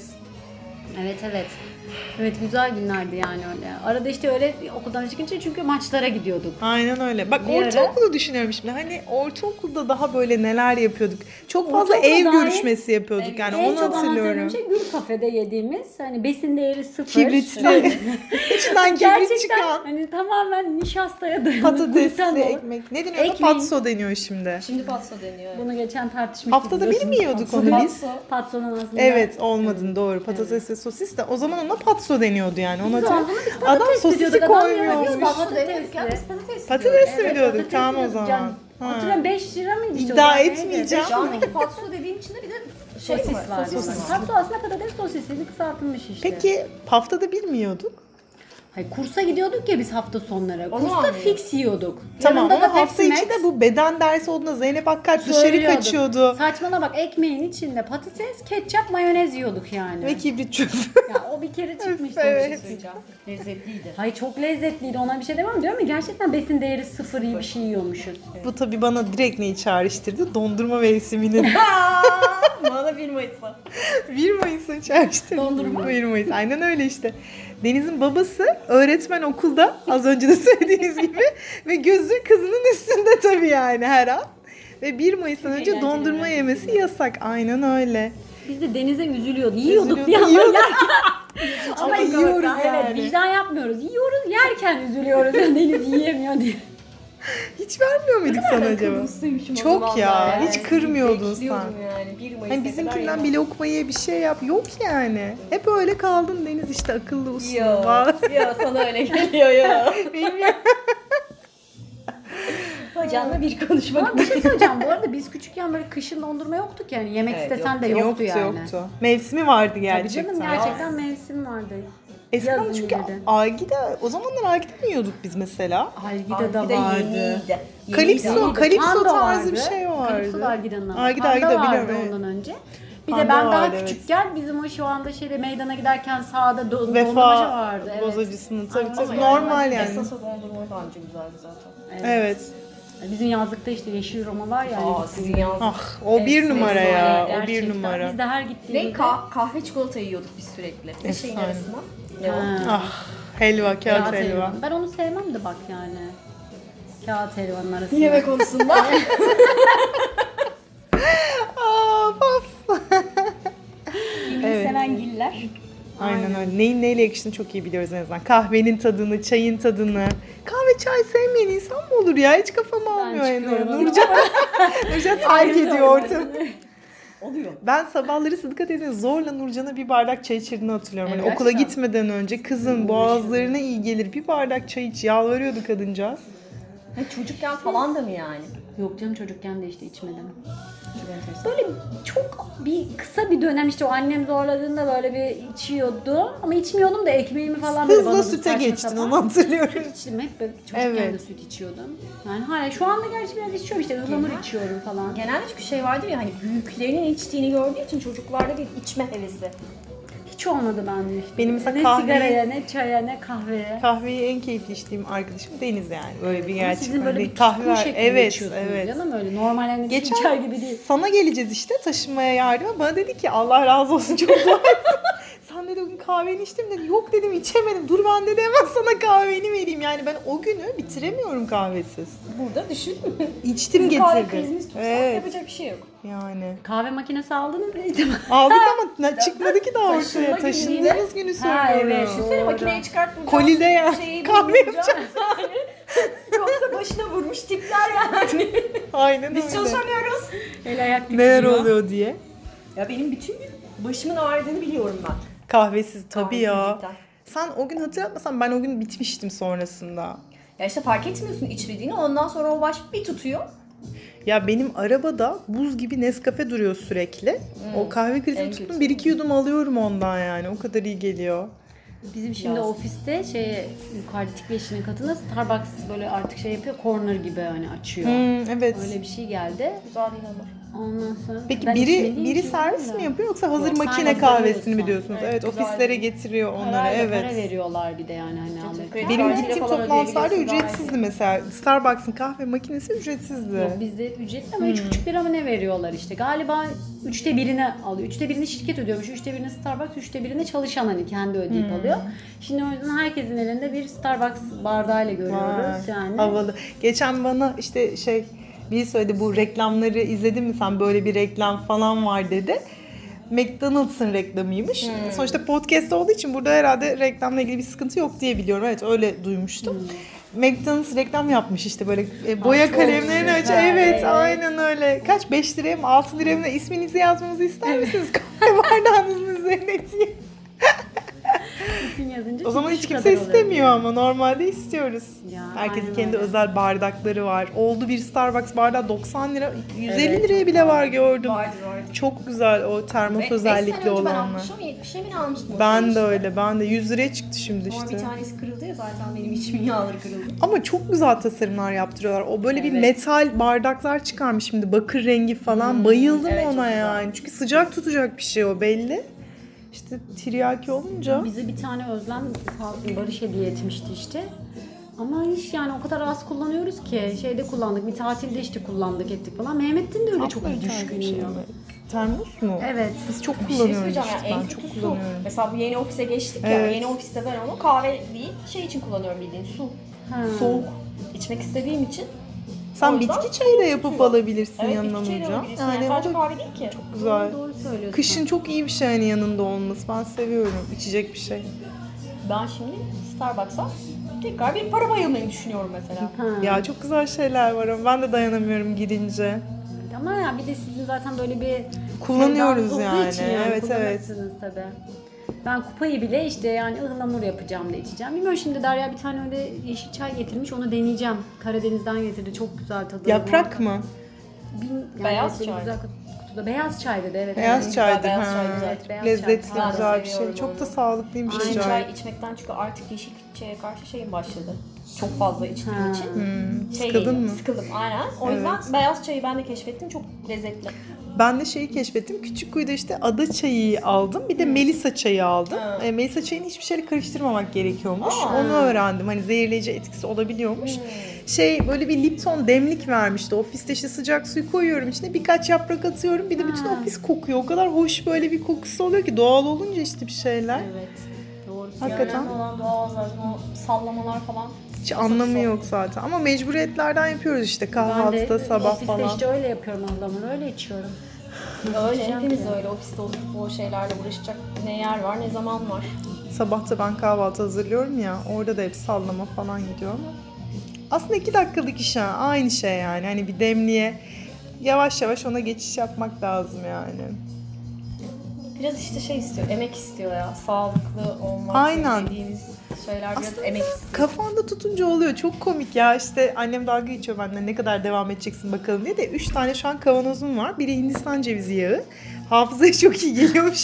[SPEAKER 1] Evet. Evet güzel günlerdi yani öyle. Arada işte öyle okuldan çıkınca çünkü maçlara gidiyorduk.
[SPEAKER 2] Aynen öyle. Bak
[SPEAKER 1] Bir ara-
[SPEAKER 2] ortaokulu düşünüyorum şimdi. Hani ortaokulda daha böyle neler yapıyorduk. Çok fazla
[SPEAKER 1] Ortaokulda
[SPEAKER 2] ev
[SPEAKER 1] dair-
[SPEAKER 2] görüşmesi yapıyorduk yani
[SPEAKER 1] En
[SPEAKER 2] onu
[SPEAKER 1] çok
[SPEAKER 2] hatırlıyorum.
[SPEAKER 1] anlattığım şey Gül Kafe'de yediğimiz hani besin değeri sıfır.
[SPEAKER 2] Kibritli. İçinden kibrit
[SPEAKER 1] Gerçekten
[SPEAKER 2] çıkan
[SPEAKER 1] hani tamamen nişastaya dayalı.
[SPEAKER 2] patatesli
[SPEAKER 1] gluten dolu.
[SPEAKER 2] ekmek. Ne deniyor?
[SPEAKER 1] Ekmeğin-
[SPEAKER 2] Patso deniyor şimdi.
[SPEAKER 3] Şimdi patso deniyor.
[SPEAKER 1] Bunu geçen tartışmıştık.
[SPEAKER 2] Haftada bir mi
[SPEAKER 1] biliyorsunuz.
[SPEAKER 2] yiyorduk
[SPEAKER 1] Patso.
[SPEAKER 2] onu biz?
[SPEAKER 1] Patsonun aslında.
[SPEAKER 2] Evet olmadın doğru. Patates ve sosis de o zaman ona patso deniyordu yani. Ona
[SPEAKER 1] Biz o zaman biz
[SPEAKER 2] adam
[SPEAKER 1] patates
[SPEAKER 2] sosisi
[SPEAKER 1] diyorduk, adam
[SPEAKER 2] koymuyormuş.
[SPEAKER 1] yazıyor.
[SPEAKER 3] Patso demiyorduk ya biz patates
[SPEAKER 2] Patatesli mi
[SPEAKER 1] Evet,
[SPEAKER 2] diyorduk?
[SPEAKER 1] patates
[SPEAKER 2] Tamam o
[SPEAKER 1] diyorduk.
[SPEAKER 2] zaman.
[SPEAKER 1] Yani,
[SPEAKER 2] Ha.
[SPEAKER 1] hatırlıyorum 5 lira mıydı işte o
[SPEAKER 2] İddia
[SPEAKER 1] zaman, neydi?
[SPEAKER 2] etmeyeceğim.
[SPEAKER 3] Şu andaki patso dediğin içinde bir de şey
[SPEAKER 1] Sosis
[SPEAKER 3] var.
[SPEAKER 1] var.
[SPEAKER 3] Sosis.
[SPEAKER 1] Patso aslında patates sosisini kızartılmış işte.
[SPEAKER 2] Peki haftada bir mi yiyorduk?
[SPEAKER 1] Hayır, kursa gidiyorduk ya biz hafta sonları.
[SPEAKER 3] O
[SPEAKER 1] Kursta
[SPEAKER 3] zaman mı?
[SPEAKER 1] fix yiyorduk.
[SPEAKER 2] Tamam
[SPEAKER 1] Yanında
[SPEAKER 2] ama
[SPEAKER 1] da
[SPEAKER 2] hafta
[SPEAKER 1] Pepsi
[SPEAKER 2] içi
[SPEAKER 1] Max
[SPEAKER 2] de bu beden dersi olduğunda Zeynep Akkaya dışarı
[SPEAKER 1] söylüyorduk.
[SPEAKER 2] kaçıyordu.
[SPEAKER 1] Saçmalama bak ekmeğin içinde patates, ketçap, mayonez yiyorduk yani.
[SPEAKER 2] Ve kibrit çöpü.
[SPEAKER 1] Ya o bir kere çıkmıştı.
[SPEAKER 2] Evet.
[SPEAKER 3] Lezzetliydi.
[SPEAKER 1] Hayır çok lezzetliydi ona bir şey demem diyorum ya gerçekten besin değeri sıfır iyi bir şey yiyormuşuz.
[SPEAKER 2] Bu tabii bana direkt neyi çağrıştırdı? Dondurma mevsiminin.
[SPEAKER 3] Bana 1 Mayıs'a.
[SPEAKER 2] 1 Mayıs'ın çağrıştırdı.
[SPEAKER 3] Dondurma.
[SPEAKER 2] 1 Mayıs. Aynen öyle işte. Deniz'in babası öğretmen okulda az önce de söylediğiniz gibi ve gözü kızının üstünde tabii yani her an. Ve 1 Mayıs'tan önce
[SPEAKER 1] eğlenceli
[SPEAKER 2] dondurma
[SPEAKER 1] öğrenci
[SPEAKER 2] yemesi
[SPEAKER 1] gibi.
[SPEAKER 2] yasak. Aynen öyle.
[SPEAKER 1] Biz de denize üzülüyorduk. Yiyorduk bir
[SPEAKER 2] Üzülüyorduk,
[SPEAKER 1] yandan
[SPEAKER 2] yiyorduk.
[SPEAKER 1] yerken. Ama
[SPEAKER 2] Çok
[SPEAKER 1] yiyoruz
[SPEAKER 2] komik
[SPEAKER 1] evet.
[SPEAKER 2] yani.
[SPEAKER 1] Vicdan yapmıyoruz. Yiyoruz yerken üzülüyoruz. Deniz yiyemiyor diye.
[SPEAKER 2] Hiç vermiyor muyduk sana acaba?
[SPEAKER 3] Kıbrıslıymışım o
[SPEAKER 2] Çok
[SPEAKER 3] zamanlar
[SPEAKER 2] ya, hiç
[SPEAKER 3] Yani
[SPEAKER 2] kırmıyordun sen.
[SPEAKER 3] bekliyordum yani 1 Mayıs'a
[SPEAKER 2] Hani bizimkinden bir lokma ye bir şey yap. Yok yani. Hep öyle kaldın Deniz işte akıllı uslu.
[SPEAKER 3] Yok,
[SPEAKER 2] Vallahi
[SPEAKER 3] yok sana öyle geliyor ya.
[SPEAKER 2] bilmiyorum.
[SPEAKER 3] Hocanla bir konuşmak.
[SPEAKER 1] Ama bir şey söyleyeceğim. Bu arada biz küçükken böyle kışın dondurma yoktuk yani. Yemek
[SPEAKER 3] Evet,
[SPEAKER 1] istesen de
[SPEAKER 2] Yoktu
[SPEAKER 1] yoktu yani.
[SPEAKER 2] yoktu. Mevsimi vardı
[SPEAKER 1] Tabii
[SPEAKER 2] gerçekten.
[SPEAKER 1] canım gerçekten mevsim vardı.
[SPEAKER 2] Eskiden
[SPEAKER 1] Yazın
[SPEAKER 2] çünkü
[SPEAKER 1] gelirdi.
[SPEAKER 2] Algida, o zamanlar Algida mı yiyorduk biz mesela?
[SPEAKER 1] Algida da
[SPEAKER 3] Bir de
[SPEAKER 1] vardı.
[SPEAKER 3] yeniydi.
[SPEAKER 2] Kalipso,
[SPEAKER 3] Yeniydi.
[SPEAKER 2] Kalipso
[SPEAKER 1] Panda
[SPEAKER 2] tarzı bir
[SPEAKER 1] vardı.
[SPEAKER 2] şey vardı.
[SPEAKER 1] Kalipso da Algida'nın ama.
[SPEAKER 2] Algida,
[SPEAKER 1] Panda
[SPEAKER 2] Algida
[SPEAKER 1] vardı
[SPEAKER 2] biliyorum, evet.
[SPEAKER 1] ondan önce. Bir
[SPEAKER 2] Panda
[SPEAKER 1] de ben daha
[SPEAKER 2] vardı, evet.
[SPEAKER 1] küçükken bizim o şu anda şeyde meydana giderken sağda dondurmacı
[SPEAKER 2] Vefa
[SPEAKER 1] vardı. Evet.
[SPEAKER 2] bozacısının tabii
[SPEAKER 1] Ama
[SPEAKER 2] tabii
[SPEAKER 1] yani
[SPEAKER 2] normal yani.
[SPEAKER 3] Esas o dondurma bence güzeldi zaten.
[SPEAKER 2] Evet.
[SPEAKER 1] Bizim yazlıkta işte yeşil Roma var yani.
[SPEAKER 3] Aa sizin yalnız.
[SPEAKER 2] Ah o bir
[SPEAKER 1] Efsane,
[SPEAKER 2] numara ya. O bir
[SPEAKER 1] gerçekten.
[SPEAKER 2] numara.
[SPEAKER 1] Biz de her gittiğimizde.
[SPEAKER 3] Ne kahve çikolata yiyorduk biz sürekli. Ne şeyin
[SPEAKER 2] Efsane.
[SPEAKER 3] arasına? Ne o?
[SPEAKER 1] Ha.
[SPEAKER 2] Ah helva, kağıt
[SPEAKER 1] Kağıt
[SPEAKER 2] helva.
[SPEAKER 1] Ben onu sevmem de bak yani. Kağıt helvanın arasında.
[SPEAKER 3] Yeme konusunda.
[SPEAKER 2] Evet.
[SPEAKER 3] Seven giller.
[SPEAKER 2] Aynen öyle. Neyin neyle yakıştığını çok iyi biliyoruz en azından. Kahvenin tadını, çayın tadını. Kahve çay sevmeyen insan mı olur ya? Hiç kafam almıyor yani.
[SPEAKER 1] çıkıyorum.
[SPEAKER 2] Nurcan terk ediyor ortamı.
[SPEAKER 3] Oluyor.
[SPEAKER 2] Ben sabahları Sıdıka teyzenin zorla Nurcan'a bir bardak çay içirdiğini hatırlıyorum. Hani
[SPEAKER 1] Evet.
[SPEAKER 2] okula gitmeden önce kızım boğazlarına iyi gelir bir bardak çay iç. Yalvarıyordu kadıncağız.
[SPEAKER 3] Çocukken falan da mı yani?
[SPEAKER 1] Yok canım çocukken de işte içmedim. Böyle çok kısa bir dönem işte o annem zorladığında böyle bir içiyordu. Ama içmiyordum da ekmeğimi falan böyle
[SPEAKER 2] Hızla
[SPEAKER 1] banadım
[SPEAKER 2] süte
[SPEAKER 1] saçma
[SPEAKER 2] geçtin
[SPEAKER 1] sapan.
[SPEAKER 2] onu hatırlıyorum.
[SPEAKER 1] İçtim hep böyle çocukken
[SPEAKER 2] Evet.
[SPEAKER 1] de süt içiyordum. Yani hala şu anda gerçi biraz içiyorum işte ıhlamur içiyorum falan.
[SPEAKER 3] Genelde çünkü şey vardır ya hani büyüklerinin içtiğini gördüğü için çocuklarda bir içme hevesi.
[SPEAKER 1] Hiç olmadı bende işte.
[SPEAKER 2] Benim mesela
[SPEAKER 1] ne
[SPEAKER 2] kahveyi-
[SPEAKER 1] sigaraya ne çaya ne kahveye.
[SPEAKER 2] Kahveyi en keyifli içtiğim arkadaşım Deniz yani. Böyle bir
[SPEAKER 1] Ama
[SPEAKER 2] gerçek.
[SPEAKER 1] sizin böyle bir
[SPEAKER 2] kahve
[SPEAKER 1] tutku
[SPEAKER 2] var.
[SPEAKER 1] şeklinde
[SPEAKER 2] Evet,
[SPEAKER 1] içiyorsunuz
[SPEAKER 2] evet.
[SPEAKER 1] canım öyle normal yani bir çay gibi değil.
[SPEAKER 2] Sana geleceğiz işte taşınmaya yardıma. Bana dedi ki Allah razı olsun çok dua Sen dedi bugün kahveni içtim dedi. Yok dedim içemedim. Dur ben dedi hemen sana kahveni vereyim. Yani ben o günü bitiremiyorum kahvesiz.
[SPEAKER 3] Burada düşün.
[SPEAKER 2] İçtim
[SPEAKER 3] Kahve
[SPEAKER 2] getirdim.
[SPEAKER 3] krizimiz tutsa
[SPEAKER 2] Evet.
[SPEAKER 3] yapacak bir şey yok.
[SPEAKER 2] Yani.
[SPEAKER 1] Kahve makinesi aldınız mı? İlk defa.
[SPEAKER 2] Aldık ama çıkmadı ki daha
[SPEAKER 3] Taşınma
[SPEAKER 2] ortaya.
[SPEAKER 3] günüyle-
[SPEAKER 2] Taşındığımız günü
[SPEAKER 1] Ha,
[SPEAKER 2] söylüyorum.
[SPEAKER 1] evet.
[SPEAKER 3] Düşünsene
[SPEAKER 1] Doğru.
[SPEAKER 3] makineyi çıkart buradan.
[SPEAKER 2] Kolide ya.
[SPEAKER 3] Kahve
[SPEAKER 2] Kahve
[SPEAKER 3] yapacağız. Yoksa başına vurmuş tipler yani.
[SPEAKER 2] Aynen
[SPEAKER 3] Biz
[SPEAKER 2] öyle.
[SPEAKER 3] çalışamıyoruz.
[SPEAKER 1] El ayak
[SPEAKER 2] Neler
[SPEAKER 1] titriyor.
[SPEAKER 2] oluyor diye.
[SPEAKER 3] Ya benim bütün gün başımın ağrıdığını biliyorum ben.
[SPEAKER 2] Kahvesiz tabii ya.
[SPEAKER 3] Kahvesizlikten.
[SPEAKER 2] Sen o gün hatırlatmasan ben o gün bitmiştim sonrasında.
[SPEAKER 3] Ya işte fark etmiyorsun içmediğini ondan sonra o baş bir tutuyor.
[SPEAKER 2] Ya benim arabada buz gibi Nescafe duruyor sürekli. O kahve krizini
[SPEAKER 3] En
[SPEAKER 2] tuttum
[SPEAKER 3] kötüsü.
[SPEAKER 2] 1-2 yudum alıyorum ondan yani. O kadar iyi geliyor.
[SPEAKER 1] Bizim şimdi
[SPEAKER 3] Yaz.
[SPEAKER 1] ofiste yukarıda tip yeşilin katında Starbucks böyle artık şey yapıyor corner gibi hani açıyor.
[SPEAKER 2] Evet.
[SPEAKER 1] Öyle bir şey geldi.
[SPEAKER 3] Güzel değil ama.
[SPEAKER 1] Ondan sonra
[SPEAKER 2] Peki
[SPEAKER 1] ben
[SPEAKER 2] biri
[SPEAKER 1] içmediğim için
[SPEAKER 2] servis
[SPEAKER 1] değil
[SPEAKER 2] mi
[SPEAKER 1] de.
[SPEAKER 2] yapıyor yoksa hazır
[SPEAKER 1] Yok,
[SPEAKER 2] makine
[SPEAKER 1] sen
[SPEAKER 2] kahvesini
[SPEAKER 1] hazırlıyorsun.
[SPEAKER 2] mi diyorsunuz?
[SPEAKER 3] Evet,
[SPEAKER 2] Evet,
[SPEAKER 3] güzel
[SPEAKER 2] ofislere
[SPEAKER 3] değil.
[SPEAKER 2] getiriyor onları.
[SPEAKER 1] Parayla
[SPEAKER 2] Evet.
[SPEAKER 1] para veriyorlar bir de yani hani alırken.
[SPEAKER 3] kredi
[SPEAKER 2] Benim
[SPEAKER 3] kartıyla
[SPEAKER 2] gittiğim
[SPEAKER 3] falan
[SPEAKER 2] toplantılarda
[SPEAKER 3] ödeyebiliyorsun
[SPEAKER 2] ücretsizdi
[SPEAKER 3] gayet.
[SPEAKER 2] mesela. Starbucks'ın kahve makinesi ücretsizdi.
[SPEAKER 1] Yok bizde ücretli ama 3,5 lira mı ne veriyorlar işte. Galiba 1/3'ini alıyor. 1/3'ini şirket ödüyormuş. 1/3'ini Starbucks, 1/3'ini çalışan hani kendi ödeyip alıyor. Şimdi o yüzden herkesin elinde bir Starbucks bardağıyla görüyoruz
[SPEAKER 2] Vay,
[SPEAKER 1] yani.
[SPEAKER 2] havalı. Geçen bana işte biri söyledi bu reklamları izledin mi sen böyle bir reklam falan var dedi. McDonald's'ın reklamıymış. Sonuçta podcast olduğu için burada herhalde reklamla ilgili bir sıkıntı yok diye biliyorum. Evet öyle duymuştum. McDonald's reklam yapmış işte böyle boya
[SPEAKER 1] çok
[SPEAKER 2] kalemlerini aç.
[SPEAKER 1] güzel,
[SPEAKER 2] Evet,
[SPEAKER 1] evet.
[SPEAKER 2] aynen öyle. Kaç 5 liraya mı 6 liraya mı ne? İsminizi yazmamızı ister misiniz? Kahve bardağınızın üzerine diye.
[SPEAKER 1] İsim yazınca
[SPEAKER 2] O zaman hiç
[SPEAKER 1] şu
[SPEAKER 2] kimse
[SPEAKER 1] kadar oluyor.
[SPEAKER 2] istemiyor ama normalde istiyoruz.
[SPEAKER 1] Ya,
[SPEAKER 2] Herkesin
[SPEAKER 1] aynen
[SPEAKER 2] kendi
[SPEAKER 1] öyle.
[SPEAKER 2] özel bardakları var. Oldu bir Starbucks bardağı 90 lira, 150
[SPEAKER 1] Evet,
[SPEAKER 2] liraya
[SPEAKER 1] çok
[SPEAKER 2] bile var gördüm.
[SPEAKER 3] Vardı.
[SPEAKER 2] Çok güzel o termos
[SPEAKER 3] 5 sene
[SPEAKER 2] özellikli
[SPEAKER 3] önce ben
[SPEAKER 2] olanlar.
[SPEAKER 3] almışım 70'e mi ne almıştım? o
[SPEAKER 2] Ben de
[SPEAKER 3] işte.
[SPEAKER 2] öyle. Ben de 100 liraya çıktı şimdi
[SPEAKER 3] Sonra
[SPEAKER 2] işte.
[SPEAKER 3] bir tanesi kırıldı ya zaten benim içimin yağları kırıldı.
[SPEAKER 2] Ama çok güzel tasarımlar yaptırıyorlar. O böyle bir
[SPEAKER 3] Evet.
[SPEAKER 2] metal bardaklar çıkarmış şimdi bakır rengi falan. Bayıldım
[SPEAKER 3] evet, çok
[SPEAKER 2] ona
[SPEAKER 3] güzel.
[SPEAKER 2] yani. Çünkü sıcak tutacak bir şey o belli. İşte tiryaki olunca.
[SPEAKER 1] Bize bir tane Özlem sağ olsun Barış hediye etmişti işte. Ama hiç yani o kadar az kullanıyoruz ki. Şeyde kullandık, bir tatilde işte kullandık ettik falan. Mehmet'in de öyle çok
[SPEAKER 2] Aferin
[SPEAKER 1] düşkün.
[SPEAKER 2] bir şey mi? Termos mu?
[SPEAKER 1] Evet.
[SPEAKER 2] Biz çok
[SPEAKER 3] Bir şey
[SPEAKER 2] kullanıyoruz
[SPEAKER 3] söyleyeceğim
[SPEAKER 2] işte.
[SPEAKER 3] yani en
[SPEAKER 2] Ben çok
[SPEAKER 3] kötü su.
[SPEAKER 2] kullanıyorum.
[SPEAKER 3] Mesela bu yeni ofise geçtik ya.
[SPEAKER 2] Evet.
[SPEAKER 3] Yeni ofiste ben onu kahve değil şey için kullanıyorum bildiğin su.
[SPEAKER 1] Ha.
[SPEAKER 3] Soğuk içmek istediğim için.
[SPEAKER 2] Sen
[SPEAKER 3] O yüzden
[SPEAKER 2] bitki çayı da yapıp
[SPEAKER 3] tutuyor.
[SPEAKER 2] alabilirsin
[SPEAKER 3] Evet
[SPEAKER 2] yanına
[SPEAKER 3] bitki çayı da
[SPEAKER 2] Nurcan.
[SPEAKER 3] alabilirsin.
[SPEAKER 2] Yani
[SPEAKER 3] Yani
[SPEAKER 2] o
[SPEAKER 3] sadece
[SPEAKER 2] da
[SPEAKER 3] kahve değil ki.
[SPEAKER 2] çok güzel.
[SPEAKER 1] Doğru söylüyorsun.
[SPEAKER 2] Kışın çok iyi bir şey hani yanında olması. Ben seviyorum. İçecek bir şey.
[SPEAKER 3] Ben şimdi Starbucks'a tekrar bir para bayılmayı düşünüyorum mesela.
[SPEAKER 1] Ha.
[SPEAKER 2] Ya çok güzel şeyler var ama ben de dayanamıyorum gidince.
[SPEAKER 1] Ama ya bir de sizin zaten böyle bir
[SPEAKER 2] Kullanıyoruz
[SPEAKER 1] sevdanız olduğu için
[SPEAKER 2] yani. Evet, evet.
[SPEAKER 1] kullanırsınız tabii. Ben kupayı bile işte yani ıhlamur yapacağım da içeceğim. Bilmiyorum şimdi Derya bir tane öyle yeşil çay getirmiş onu deneyeceğim. Karadeniz'den getirdi çok güzel tadı.
[SPEAKER 2] Yaprak mı?
[SPEAKER 3] Beyaz
[SPEAKER 1] böyle
[SPEAKER 3] çay.
[SPEAKER 1] Güzel kutuda. Beyaz çay dedi evet.
[SPEAKER 2] Beyaz
[SPEAKER 1] evet.
[SPEAKER 2] çaydır.
[SPEAKER 3] beyaz
[SPEAKER 2] ha.
[SPEAKER 3] çay güzel.
[SPEAKER 1] Beyaz
[SPEAKER 2] Lezzetli
[SPEAKER 1] çay.
[SPEAKER 2] güzel
[SPEAKER 3] Ben de
[SPEAKER 2] bir şey.
[SPEAKER 3] seviyorum
[SPEAKER 2] Çok da
[SPEAKER 3] onu.
[SPEAKER 2] sağlıklıymış
[SPEAKER 3] Yeşil
[SPEAKER 2] çay.
[SPEAKER 3] çay içmekten çünkü artık yeşil çaya karşı şeyim başladı. Çok fazla içtiğim
[SPEAKER 1] Ha.
[SPEAKER 3] için.
[SPEAKER 2] Sıkıldın
[SPEAKER 3] geliyor,
[SPEAKER 2] mı?
[SPEAKER 3] Sıkıldım aynen. O yüzden beyaz çayı ben de keşfettim. Çok lezzetli.
[SPEAKER 2] Ben de şeyi keşfettim. Küçükkuyu'da işte ada çayı aldım. Bir de Melisa çayı aldım.
[SPEAKER 3] Ha.
[SPEAKER 2] Melisa çayını hiçbir şeyle karıştırmamak gerekiyormuş.
[SPEAKER 3] Aa.
[SPEAKER 2] Onu öğrendim. Hani zehirleyici etkisi olabiliyormuş. Böyle bir Lipton demlik vermişti. Ofiste işte sıcak suyu koyuyorum içine. Birkaç yaprak atıyorum. Bir de bütün
[SPEAKER 1] Ha.
[SPEAKER 2] ofis kokuyor. O kadar hoş böyle bir kokusu oluyor ki. Doğal olunca işte bir şeyler.
[SPEAKER 1] Evet. Doğru.
[SPEAKER 2] Hakikaten.
[SPEAKER 3] Önemli olan doğal zaten o sallamalar falan.
[SPEAKER 2] Hiç anlamı yok zaten. Ama mecburiyetlerden yapıyoruz işte
[SPEAKER 1] Ben
[SPEAKER 2] kahvaltıda
[SPEAKER 1] de
[SPEAKER 2] sabah
[SPEAKER 1] ofiste
[SPEAKER 2] falan.
[SPEAKER 1] işte öyle yapıyorum o zaman. Öyle içiyorum.
[SPEAKER 3] Öyle hepimiz öyle. Ofiste olup o şeylerle uğraşacak ne yer var ne zaman var.
[SPEAKER 2] Sabah da ben kahvaltı hazırlıyorum ya. Orada da hep sallama falan gidiyor ama. Aslında 2 dakikalık iş ha. Aynı şey yani. Hani bir demliğe yavaş yavaş ona geçiş yapmak lazım yani.
[SPEAKER 3] Biraz işte şey istiyor, emek istiyor ya. Sağlıklı olmak
[SPEAKER 2] Aynen.
[SPEAKER 3] dediğimiz şeyler biraz
[SPEAKER 2] Aslında
[SPEAKER 3] emek istiyor.
[SPEAKER 2] kafanda tutunca oluyor. Çok komik ya. İşte annem dalga geçiyor benden ne kadar devam edeceksin bakalım diye de 3 tane şu an kavanozum var. Biri Hindistan cevizi yağı. Hafızaya çok iyi geliyormuş.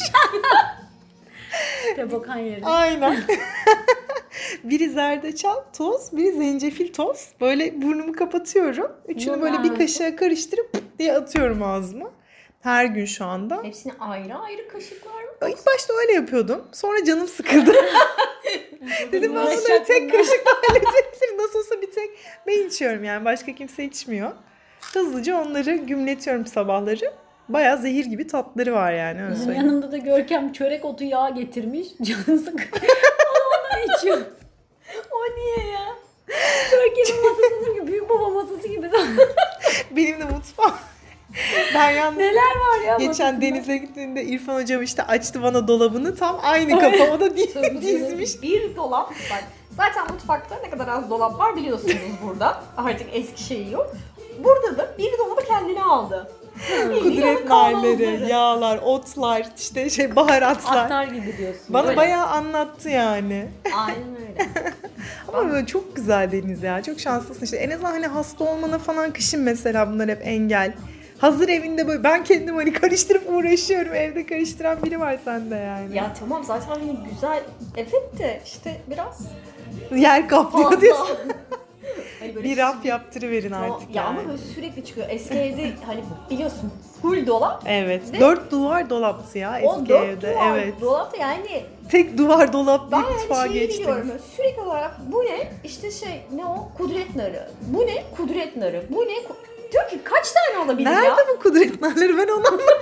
[SPEAKER 1] Tebokan yeri.
[SPEAKER 2] Aynen. Biri zerdeçal toz, biri zencefil toz. Böyle burnumu kapatıyorum. Üçünü böyle bir kaşığa karıştırıp pıt diye atıyorum ağzıma. Her gün şu anda.
[SPEAKER 3] Hepsini ayrı ayrı kaşıklar mı?
[SPEAKER 2] İlk başta öyle yapıyordum. Sonra canım sıkıldı. Dedim ben bunları tek kaşıkla halledebilirim. Nasıl olsa bir tek ben içiyorum yani. Başka kimse içmiyor. Hızlıca onları gümletiyorum sabahları. Bayağı zehir gibi tatları var yani. Öyle
[SPEAKER 1] Bizim
[SPEAKER 2] söyleyeyim.
[SPEAKER 1] yanımda da Görkem çörek otu yağı getirmiş. Canı sıkıyor. Onu içiyor.
[SPEAKER 3] O niye ya?
[SPEAKER 1] Görkem'in masası gibi, büyük baba masası gibi.
[SPEAKER 2] Benim de mutfağım. Ben yalnız
[SPEAKER 1] Neler var ya
[SPEAKER 2] geçen
[SPEAKER 1] masasında?
[SPEAKER 2] denize gittiğinde İrfan hocam işte açtı bana dolabını tam aynı kafama dizmiş.
[SPEAKER 3] Bir dolap. Bak, zaten mutfakta ne kadar az dolap var biliyorsunuz burada. Artık eski şey yok. Burada da bir dolabı kendine aldı.
[SPEAKER 2] Kudret narları, yağlar, otlar, işte baharatlar.
[SPEAKER 1] Aktar gibi diyorsun.
[SPEAKER 2] Bana
[SPEAKER 3] Öyle.
[SPEAKER 2] bayağı anlattı yani.
[SPEAKER 3] Aynen öyle.
[SPEAKER 2] Ama böyle çok güzel deniz ya. Çok şanslısın işte. En azından hani hasta olmana falan kışın mesela bunlar hep engel. Hazır evinde böyle ben kendim hani karıştırıp uğraşıyorum. Evde karıştıran biri var sende yani.
[SPEAKER 3] Ya tamam zaten hani güzel. Evet de işte biraz
[SPEAKER 2] Yer kaplıyor
[SPEAKER 3] fazla.
[SPEAKER 2] diyorsun.
[SPEAKER 3] Hani böyle
[SPEAKER 2] Bir raf yaptırıverin
[SPEAKER 3] Tamam,
[SPEAKER 2] artık
[SPEAKER 3] ya
[SPEAKER 2] yani.
[SPEAKER 3] ama böyle sürekli çıkıyor. Eski evde hani biliyorsun full dolap.
[SPEAKER 2] Evet.
[SPEAKER 3] Ve
[SPEAKER 2] 4 duvar dolaptı ya
[SPEAKER 3] O
[SPEAKER 2] eski
[SPEAKER 3] 4
[SPEAKER 2] evde.
[SPEAKER 3] duvar
[SPEAKER 2] Evet.
[SPEAKER 3] dolapta yani
[SPEAKER 2] Tek duvar dolap
[SPEAKER 3] ben
[SPEAKER 2] bir mutfağa
[SPEAKER 3] yani şeyi
[SPEAKER 2] geçtiniz.
[SPEAKER 3] biliyorum. Sürekli olarak bu ne? İşte şey ne o? Kudret narı. Bu ne? Kudret narı. Bu ne? Diyor ki kaç tane olabilir
[SPEAKER 2] Nerede
[SPEAKER 3] ya?
[SPEAKER 2] bu kudret narları ben onu anlamadım.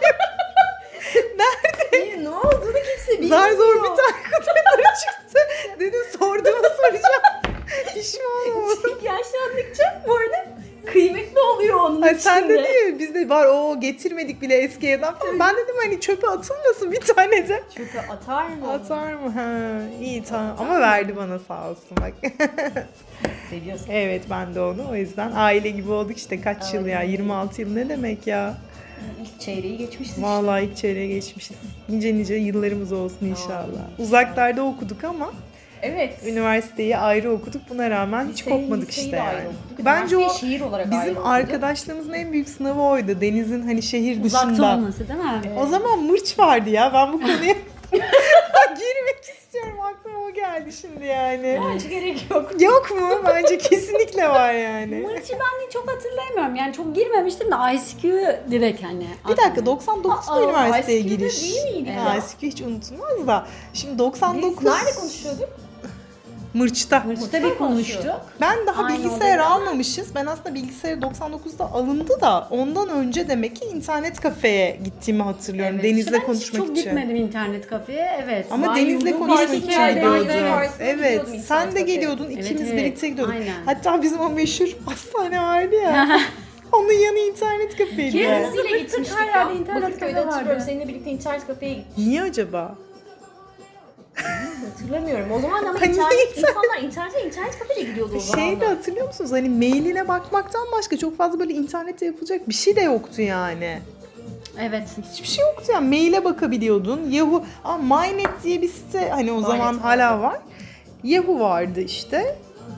[SPEAKER 3] Ne olduğunu kimse bilmiyor.
[SPEAKER 2] Zar zor bir tane kudret narı çıktı. Dedim sorduğuma soracağım. Pişman oldum.
[SPEAKER 3] Çünkü yaşlandıkça bu arada kıymetli oluyor onun
[SPEAKER 2] Ay
[SPEAKER 3] içinde.
[SPEAKER 2] sen de değil bizde var o getirmedik bile eski evden falan. Ben dedim hani çöpe atılmasın bir tane de.
[SPEAKER 3] Çöpe atar mı?
[SPEAKER 2] Atar mı? Ha, iyi tamam. Ama verdi bana sağ olsun bak.
[SPEAKER 3] Seviyorsun.
[SPEAKER 2] Evet ben de onu o yüzden aile gibi olduk işte kaç yıl ya
[SPEAKER 3] Aynen.
[SPEAKER 2] 26 yıl ne demek ya.
[SPEAKER 3] İlk çeyreği geçmişsin.
[SPEAKER 2] Vallahi ilk çeyreğe geçmişiz. Nice nice yıllarımız olsun inşallah. Uzaklarda okuduk ama
[SPEAKER 3] Evet.
[SPEAKER 2] üniversiteyi ayrı okuduk. Buna rağmen hiç
[SPEAKER 3] Liseyi-
[SPEAKER 2] kopmadık
[SPEAKER 3] liseyi
[SPEAKER 2] işte
[SPEAKER 3] de ayrı
[SPEAKER 2] yani.
[SPEAKER 3] okuduk.
[SPEAKER 2] Bence o
[SPEAKER 3] Üniversiteyi şehir olarak ayrı
[SPEAKER 2] bizim
[SPEAKER 3] okuduk.
[SPEAKER 2] arkadaşlığımızın en büyük sınavı oydu. Deniz'in hani şehir
[SPEAKER 1] Uzakta
[SPEAKER 2] dışında.
[SPEAKER 1] olması değil mi?
[SPEAKER 2] O zaman mırç vardı ya. Ben bu konuya girmek istiyorum. Aklıma o geldi şimdi yani.
[SPEAKER 3] Hiç gerek yok.
[SPEAKER 2] Yok mu? Bence kesinlikle var yani.
[SPEAKER 1] Mırçı ben de çok hatırlayamıyorum. Yani çok girmemiştim de ICQ direkt hani.
[SPEAKER 2] Bir dakika 99 mu üniversiteye
[SPEAKER 3] ICQ'da
[SPEAKER 2] giriş?
[SPEAKER 3] değil miydi
[SPEAKER 2] Ha,
[SPEAKER 3] ya?
[SPEAKER 2] ICQ hiç unutulmaz da. Şimdi
[SPEAKER 3] Biz
[SPEAKER 2] 99
[SPEAKER 3] nerede konuşuyorduk?
[SPEAKER 2] Mırç'ta.
[SPEAKER 1] Mırç'ta bir konuştuk.
[SPEAKER 2] Ben daha
[SPEAKER 1] Aynı
[SPEAKER 2] bilgisayar
[SPEAKER 1] odada.
[SPEAKER 2] almamışız. Ben aslında bilgisayar 99'da alındı da ondan önce demek ki internet kafeye gittiğimi hatırlıyorum.
[SPEAKER 3] Evet.
[SPEAKER 2] Deniz'le
[SPEAKER 1] Ben hiç
[SPEAKER 2] konuşmak
[SPEAKER 1] çok
[SPEAKER 2] için.
[SPEAKER 1] gitmedim internet kafeye. Evet.
[SPEAKER 2] Ama
[SPEAKER 3] Ben
[SPEAKER 2] Deniz'le
[SPEAKER 3] yurdun
[SPEAKER 2] konuşmak
[SPEAKER 3] karşısında
[SPEAKER 2] için
[SPEAKER 3] yani
[SPEAKER 2] gidiyordum.
[SPEAKER 3] Deniz'in karşısına
[SPEAKER 2] Evet.
[SPEAKER 3] gidiyordum internet
[SPEAKER 2] Sen de
[SPEAKER 3] kafeye.
[SPEAKER 2] geliyordun.
[SPEAKER 1] Evet,
[SPEAKER 2] ikimiz
[SPEAKER 1] evet.
[SPEAKER 2] birlikte gidiyorduk.
[SPEAKER 1] Aynen.
[SPEAKER 2] Hatta bizim o meşhur hastane vardı ya. Onun yanı internet kafeydi.
[SPEAKER 3] Kendisiyle
[SPEAKER 1] Bıktık,
[SPEAKER 3] gitmiştik
[SPEAKER 1] her
[SPEAKER 3] ya.
[SPEAKER 1] yerde internet
[SPEAKER 3] Bakırköy'de
[SPEAKER 1] kafe
[SPEAKER 3] hatırlıyorum.
[SPEAKER 1] vardı.
[SPEAKER 3] Seninle birlikte internet kafeye gittik.
[SPEAKER 2] Niye acaba?
[SPEAKER 3] Hatırlamıyorum. O zaman ama
[SPEAKER 2] Hani
[SPEAKER 3] insanlar internet kafeye gidiyordu o zaman.
[SPEAKER 2] Şey de hatırlıyor musunuz? Hani mailine bakmaktan başka çok fazla böyle internette yapılacak bir şey de yoktu yani.
[SPEAKER 1] Evet.
[SPEAKER 2] Hiçbir şey yoktu yani. Maile bakabiliyordun. Yahoo, MyNet diye bir site hani o
[SPEAKER 3] MyNet
[SPEAKER 2] zaman
[SPEAKER 3] vardı.
[SPEAKER 2] hala var. Yahoo vardı işte.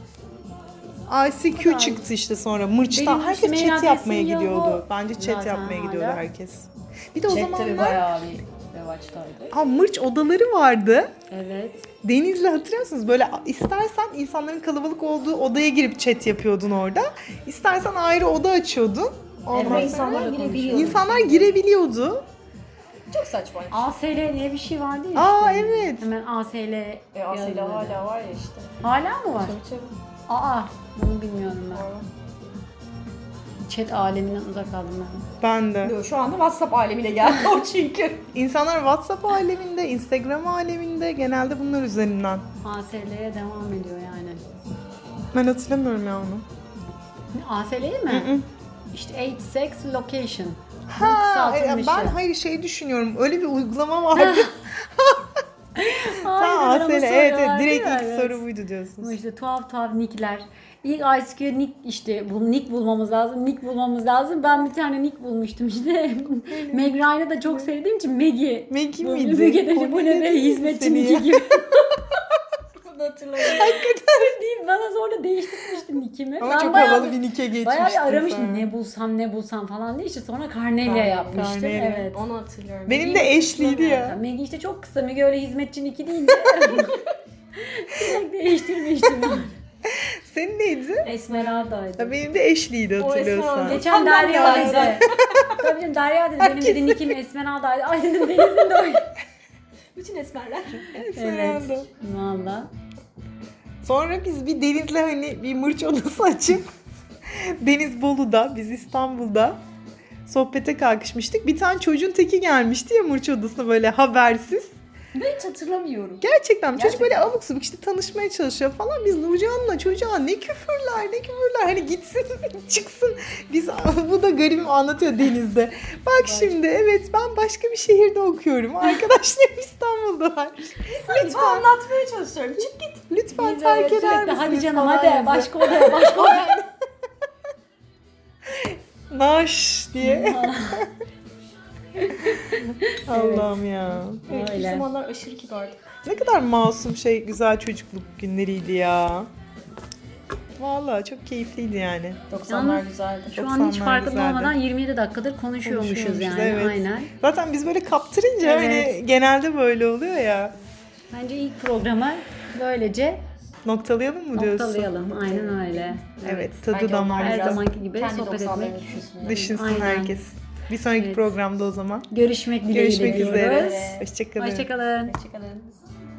[SPEAKER 2] ICQ
[SPEAKER 1] Vay.
[SPEAKER 2] çıktı işte sonra. Mırç'ta
[SPEAKER 1] Benim
[SPEAKER 2] herkes
[SPEAKER 1] mail
[SPEAKER 2] chat
[SPEAKER 1] adresim
[SPEAKER 2] yapmaya
[SPEAKER 1] Yahoo.
[SPEAKER 2] gidiyordu. Bence chat
[SPEAKER 1] Zaten
[SPEAKER 2] yapmaya gidiyordu
[SPEAKER 1] hala.
[SPEAKER 2] herkes. Bir de o
[SPEAKER 3] Chat tabii
[SPEAKER 2] zamanlar
[SPEAKER 3] bayağı bir revaçtaydı.
[SPEAKER 2] Mırç odaları vardı.
[SPEAKER 1] Evet.
[SPEAKER 2] Deniz'le hatırlıyor musunuz? Böyle istersen insanların kalabalık olduğu odaya girip chat yapıyordun orada. İstersen ayrı oda açıyordun. Ondan
[SPEAKER 3] Ama
[SPEAKER 2] sonra
[SPEAKER 3] insanlar girebiliyordu.
[SPEAKER 2] insanlar girebiliyordu.
[SPEAKER 3] Çok saçma.
[SPEAKER 1] ASL diye bir şey vardı ya
[SPEAKER 2] Aa,
[SPEAKER 1] işte.
[SPEAKER 2] evet.
[SPEAKER 1] Hemen ASL
[SPEAKER 3] Aslında
[SPEAKER 1] yazıyordu.
[SPEAKER 3] hala var ya işte.
[SPEAKER 1] Hala mı var?
[SPEAKER 3] Tabii tabii.
[SPEAKER 1] Aa, bunu bilmiyorum ben.
[SPEAKER 3] Var.
[SPEAKER 1] Chat aleminden uzak kaldım ben.
[SPEAKER 2] Ben de.
[SPEAKER 3] Şu anda WhatsApp alemine geldi o çünkü.
[SPEAKER 2] İnsanlar WhatsApp aleminde, Instagram aleminde genelde bunlar üzerinden.
[SPEAKER 1] ASL'ye devam ediyor yani.
[SPEAKER 2] Ben hatırlamıyorum ya onu.
[SPEAKER 1] ASL'yi mi?
[SPEAKER 2] Hı hı.
[SPEAKER 1] İşte Age, Sex, Location.
[SPEAKER 2] Ha,
[SPEAKER 1] Kısaltılmışı.
[SPEAKER 2] ben hayır şey düşünüyorum. Öyle bir uygulama vardı. Tamam
[SPEAKER 1] Aynen,
[SPEAKER 2] ASL
[SPEAKER 1] ama
[SPEAKER 2] evet
[SPEAKER 1] soruyorlar,
[SPEAKER 2] direkt
[SPEAKER 1] değil mi?
[SPEAKER 2] ilk
[SPEAKER 1] Evet.
[SPEAKER 2] soru buydu
[SPEAKER 1] Bu
[SPEAKER 2] diyorsunuz.
[SPEAKER 1] işte tuhaf nickler. İlk ICQ'ya nick işte bu nick bulmamız lazım. Nick bulmamız lazım. Ben bir tane nick bulmuştum işte. Meg Ryan'ı da çok sevdiğim için Maggie.
[SPEAKER 2] Maggie
[SPEAKER 1] Bu
[SPEAKER 2] miydi?
[SPEAKER 1] Müge demiş bu ne
[SPEAKER 2] Konuyu
[SPEAKER 1] be
[SPEAKER 2] dedin mi
[SPEAKER 1] hizmetçi
[SPEAKER 2] seni
[SPEAKER 1] nicki
[SPEAKER 2] ya?
[SPEAKER 1] gibi.
[SPEAKER 3] Bunu hatırladım.
[SPEAKER 1] Değil bana sonra değiştirmiştim nickimi.
[SPEAKER 2] Ama
[SPEAKER 1] Ben
[SPEAKER 2] çok
[SPEAKER 1] bayağı
[SPEAKER 2] havalı bir nike geçmiştin.
[SPEAKER 1] bayağı bir aramıştım
[SPEAKER 2] sonra.
[SPEAKER 1] ne bulsam falan diye işte sonra Carnelia yapmıştım.
[SPEAKER 2] Carnelia.
[SPEAKER 1] Evet.
[SPEAKER 3] Onu hatırlıyorum.
[SPEAKER 2] Benim de Ashley'di ya.
[SPEAKER 1] Maggie işte çok kısa. Müge öyle hizmetçi nicki deyince direkt değiştirmiştim.
[SPEAKER 2] Senin neydi?
[SPEAKER 1] Esmeralda'ydı.
[SPEAKER 2] Ya benim de Ashley'di hatırlıyorsan.
[SPEAKER 3] Esmeralda.
[SPEAKER 1] Geçen
[SPEAKER 3] Tamam
[SPEAKER 1] Derya
[SPEAKER 3] ya.
[SPEAKER 1] dedi. Tabii canım Derya dedi benim dedi nickim Esmeralda'ydı. Ay dedim Deniz'in de öyle.
[SPEAKER 3] Bütün esmerler.
[SPEAKER 2] Esmeralda.
[SPEAKER 1] Evet. Valla.
[SPEAKER 2] Sonra biz bir Deniz'le hani bir mırç odası açıp Deniz Bolu'da, biz İstanbul'da sohbete kalkışmıştık. Bir tane çocuğun teki gelmişti ya mırç odasına böyle habersiz.
[SPEAKER 3] Ben hiç hatırlamıyorum.
[SPEAKER 2] Gerçekten çocuk böyle abuk subuk işte tanışmaya çalışıyor falan. Biz Nurcan'la çocuğa ne küfürler hani gitsin çıksın. Biz bu da garibim anlatıyor Deniz'de. Bak şimdi evet ben başka bir şehirde okuyorum. Arkadaşlarım İstanbul'dalar.
[SPEAKER 3] Ben anlatmaya çalışıyorum. Çık git.
[SPEAKER 2] Lütfen
[SPEAKER 1] Biz
[SPEAKER 2] terk
[SPEAKER 1] evet,
[SPEAKER 2] eder
[SPEAKER 1] sürekli,
[SPEAKER 2] misiniz?
[SPEAKER 1] hadi canım
[SPEAKER 2] falan
[SPEAKER 1] hadi
[SPEAKER 2] yazıyor.
[SPEAKER 1] başka odaya.
[SPEAKER 2] Naş diye. Allah'ım ya.
[SPEAKER 3] Evet,
[SPEAKER 1] Öyle.
[SPEAKER 3] o zamanlar aşırı kibardı.
[SPEAKER 2] Ne kadar masum güzel çocukluk günleriydi ya. Vallahi çok keyifliydi yani.
[SPEAKER 3] 90'lar
[SPEAKER 1] Yalnız
[SPEAKER 3] güzeldi.
[SPEAKER 1] Şu an hiç
[SPEAKER 2] 90'lar
[SPEAKER 1] farkında
[SPEAKER 2] güzeldi.
[SPEAKER 1] olmadan 27 dakikadır konuşuyormuşuz
[SPEAKER 2] Konuşuyormuşuz,
[SPEAKER 1] yani.
[SPEAKER 2] evet.
[SPEAKER 1] Aynen.
[SPEAKER 2] Zaten biz böyle kaptırınca
[SPEAKER 1] Evet.
[SPEAKER 2] hani genelde böyle oluyor ya.
[SPEAKER 1] Bence ilk programı böylece
[SPEAKER 2] Noktalayalım mı diyorsun?
[SPEAKER 1] noktalayalım. Aynen öyle.
[SPEAKER 2] Evet, tadı
[SPEAKER 3] Bence
[SPEAKER 2] damar
[SPEAKER 3] onlar
[SPEAKER 1] Her
[SPEAKER 3] biraz
[SPEAKER 1] zamanki gibi
[SPEAKER 3] kendi
[SPEAKER 1] sohbet
[SPEAKER 3] 90'larını
[SPEAKER 1] etmek.
[SPEAKER 3] düşünsünler.
[SPEAKER 2] Düşünsün
[SPEAKER 1] Aynen.
[SPEAKER 2] herkes. Bir sonraki
[SPEAKER 1] Evet.
[SPEAKER 2] programda o zaman.
[SPEAKER 1] Görüşmek dileğiyle
[SPEAKER 2] Görüşmek
[SPEAKER 1] diyoruz.
[SPEAKER 2] üzere. Hoşçakalın.
[SPEAKER 1] Hoşçakalın.
[SPEAKER 3] Hoşçakalın.